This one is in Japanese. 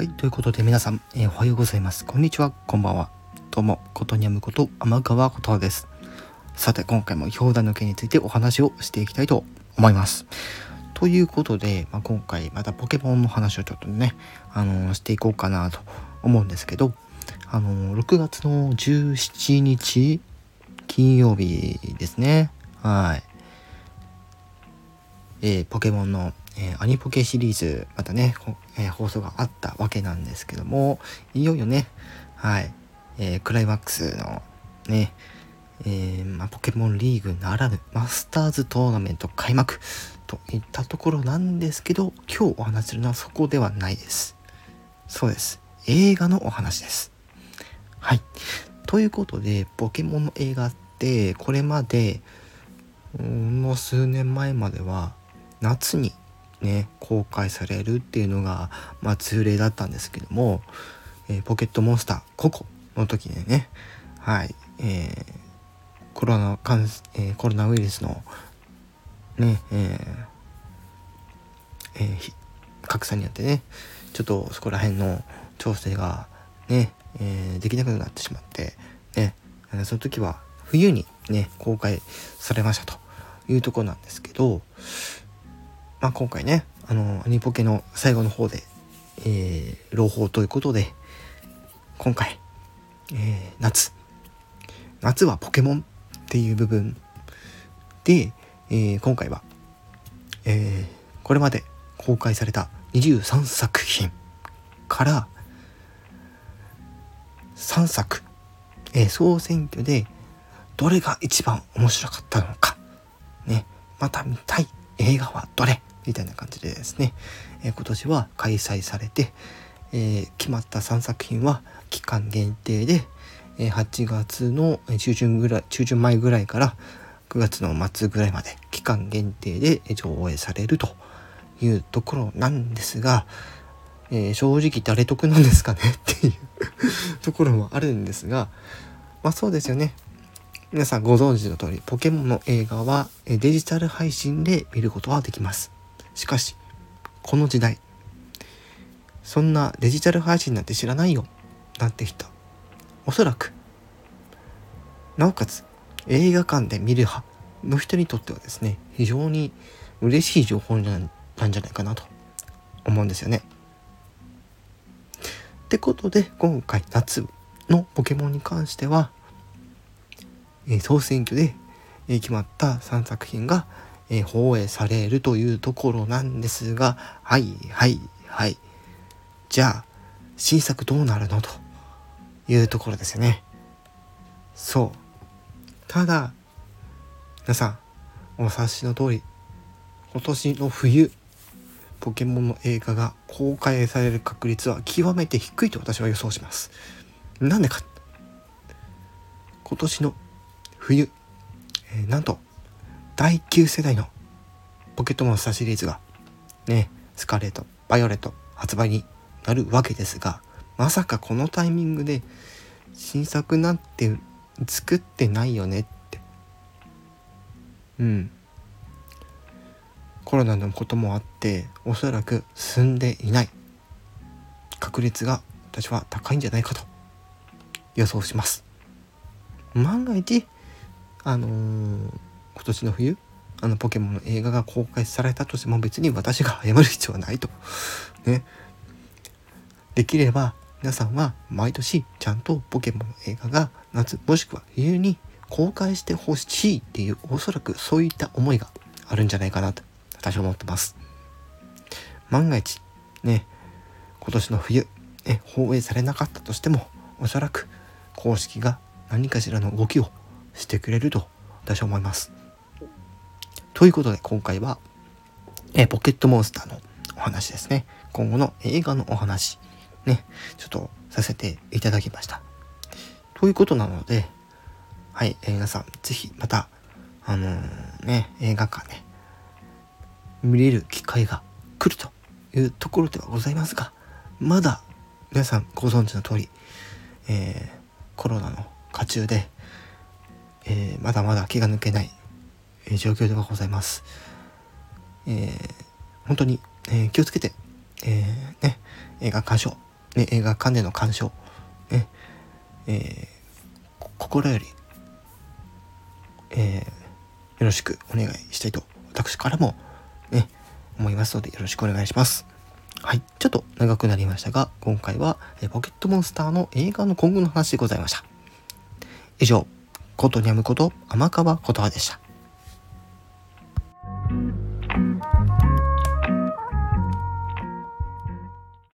はい、ということで皆さん、おはようございます。こんにちは、こんばんは。どうも、ことにゃむこと天川ことです。さて、今回も氷山の件についてお話をしていきたいと思います。ということで、今回またポケモンの話をちょっとね、していこうかなと思うんですけど、6月の17日金曜日ですね。はい。ポケモンのアニポケシリーズまたね、放送があったわけなんですけども、いよいよね、はい、クライマックスのね、ポケモンリーグならぬマスターズトーナメント開幕といったところなんですけど、今日お話しするのはそこではないです。そうです、映画のお話です。はい、ということでポケモンの映画ってこれまでもう数年前までは夏にね公開されるっていうのが通例だったんですけども、ポケットモンスターココの時にね、はい、コロナウイルスのね、格差によってね、ちょっとそこら辺の調整がね、できなくなってしまってね、その時は冬にね公開されましたというところなんですけど、今回ねアニポケの最後の方で、朗報ということで今回、夏はポケモンっていう部分で、今回は、これまで公開された23作品から3作、総選挙でどれが一番面白かったのかね、また見たい映画はどれみたいな感じでですね、今年は開催されて、決まった3作品は期間限定で、8月の中旬前ぐらいから9月の末ぐらいまで期間限定で上映されるというところなんですが、正直誰得なんですかねっていうところもあるんですが、そうですよね。皆さんご存知の通りポケモンの映画はデジタル配信で見ることはできます。しかしこの時代そんなデジタル配信なんて知らないよなんて人、おそらくなおかつ映画館で見る派の人にとってはですね、非常に嬉しい情報なんじゃないかなと思うんですよね。ってことで今回夏のポケモンに関しては、総選挙で、決まった3作品が、放映されるというところなんですが、はいじゃあ新作どうなるのというところですよね。そう、ただ皆さんお察しの通り今年の冬ポケモンの映画が公開される確率は極めて低いと私は予想します。なんでか、今年の冬、なんと第9世代のポケットモンスターシリーズがね、スカーレット、バイオレット発売になるわけですが、まさかこのタイミングで新作なんて作ってないよねって、コロナのこともあっておそらく進んでいない確率が私は高いんじゃないかと予想します。万が一今年の冬ポケモンの映画が公開されたとしても別に私が謝る必要はないとね。できれば皆さんは毎年ちゃんとポケモンの映画が夏もしくは冬に公開してほしいっていう、おそらくそういった思いがあるんじゃないかなと私は思ってます。万が一ね今年の冬放映されなかったとしても、おそらく公式が何かしらの動きをしてくれると私は思います。ということで今回は、ポケットモンスターのお話ですね。今後の映画のお話ね、ちょっとさせていただきました。ということなので、はい、皆さんぜひまた映画館で見れる機会が来るというところではございますが、まだ皆さんご存知の通り、コロナの渦中で、まだまだ気が抜けない、状況ではございます。本当に、気をつけて、映画鑑賞ね、映画館での鑑賞、ね心より、よろしくお願いしたいと私からも、ね、思いますのでよろしくお願いします。はい、ちょっと長くなりましたが、今回はポケットモンスターの映画の今後の話でございました。以上、ことにゃむこと天川琴葉でした。